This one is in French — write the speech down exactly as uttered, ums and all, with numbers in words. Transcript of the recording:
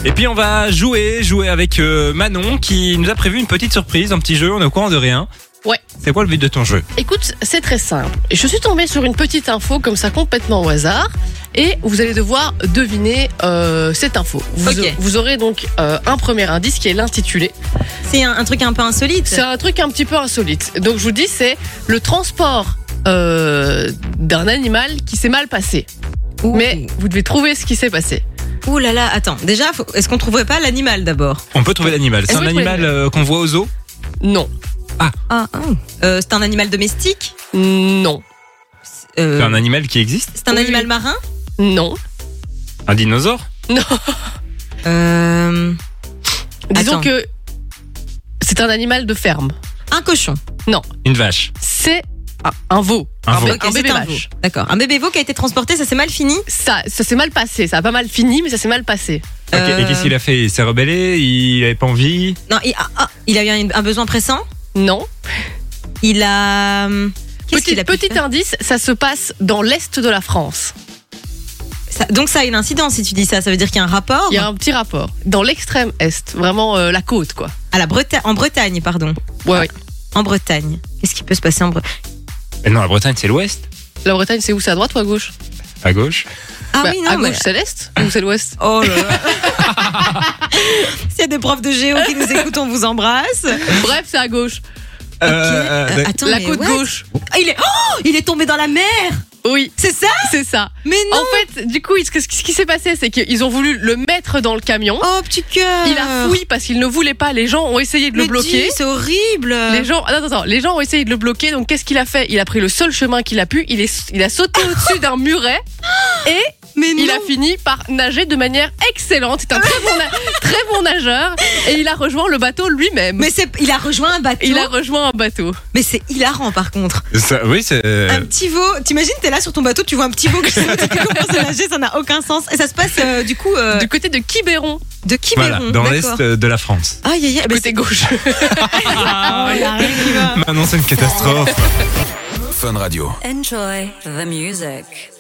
Et puis on va jouer, jouer avec euh, Manon qui nous a prévu une petite surprise, un petit jeu, on est au courant de rien. Ouais. C'est quoi le but de ton jeu? Écoute, c'est très simple. Je suis tombée sur une petite info comme ça complètement au hasard et vous allez devoir deviner euh, cette info. Vous, Ok. vous aurez donc euh, un premier indice qui est l'intitulé. C'est un, un truc un peu insolite. C'est un truc un petit peu insolite. Donc je vous dis, c'est le transport euh, d'un animal qui s'est mal passé. Ouh. Mais vous devez trouver ce qui s'est passé. Ouh là là, attends. Déjà, faut- est-ce qu'on trouverait pas l'animal d'abord? On peut trouver l'animal. C'est Est-ce un que vous animal pouvez- euh, qu'on voit aux zoos? Non. Ah, ah. Euh, c'est un animal domestique? Non. Euh, C'est un animal qui existe? c'est un Oui, animal oui. marin? Non. Un dinosaure? Non. Euh, Disons Attends. que c'est un animal de ferme. un cochon. Une vache? C'est un, un veau. Un veau. bé- Ok, un c'est bébé un vache. veau. D'accord. Un bébé veau qui a été transporté, ça s'est mal fini? Ça, ça s'est mal passé. Ça a pas mal fini, mais ça s'est mal passé. Ok, Euh, et qu'est-ce qu'il a fait? Il s'est rebellé? Il avait pas envie? Non, il, ah, ah, il a eu un, un besoin pressant? Non. Il a. Qu'est-ce Petit, qu'il a pu petit faire indice, ça se passe dans l'est de la France. Ça- Donc ça a une incidence si tu dis ça. Ça veut dire qu'il y a un rapport Il y a un petit rapport. Dans l'extrême est, vraiment euh, la côte, quoi. à la Bretagne, en Bretagne, pardon. Ouais, ouais. En Bretagne. Qu'est-ce qui peut se passer en Bretagne? Mais non, la Bretagne, c'est l'ouest. La Bretagne, c'est où? C'est à droite ou à gauche? À gauche. Ah Bah, oui, non, à mais- gauche, c'est l'est ou c'est l'ouest? Oh là là. S'il y a des profs de géo qui nous écoutent, on vous embrasse. Bref, c'est à gauche. Euh, Ok. euh, Euh, d'ac- attends, la mais côte what? gauche. Ah, il est, oh, il est tombé dans la mer. Oui, C'est ça? c'est ça. Mais non. En fait, du coup, ce, que- ce qui s'est passé, c'est qu'ils ont voulu le mettre dans le camion. Oh petit cœur. Il a fouillé parce qu'il ne voulait pas. Les gens ont essayé de le Mais bloquer. dis, c'est horrible. Les gens, attends, attends, les gens ont essayé de le bloquer. Donc, qu'est-ce qu'il a fait? Il a pris le seul chemin qu'il a pu. Il est, il a sauté au-dessus d'un muret et Mais il non. a fini par nager de manière excellente. C'est un très bon, na- très bon nageur et il a rejoint le bateau lui-même. Mais c'est, il a rejoint un bateau. Il a rejoint un bateau. Mais c'est hilarant par contre. ça- oui, c'est. euh, Un petit veau. T'imagines, t'es là sur ton bateau, tu vois un petit veau qui saute et qui commence à nager, ça n'a aucun sens. Et ça se passe euh, du coup euh, Du côté de Quiberon, de Quiberon. Voilà, dans d'accord. l'est de la France. Aïe aïe aïe. Bah, côté gauche. c'est- oh, il y a rien qui va. Maintenant, c'est une catastrophe. Fun Radio. Enjoy the music.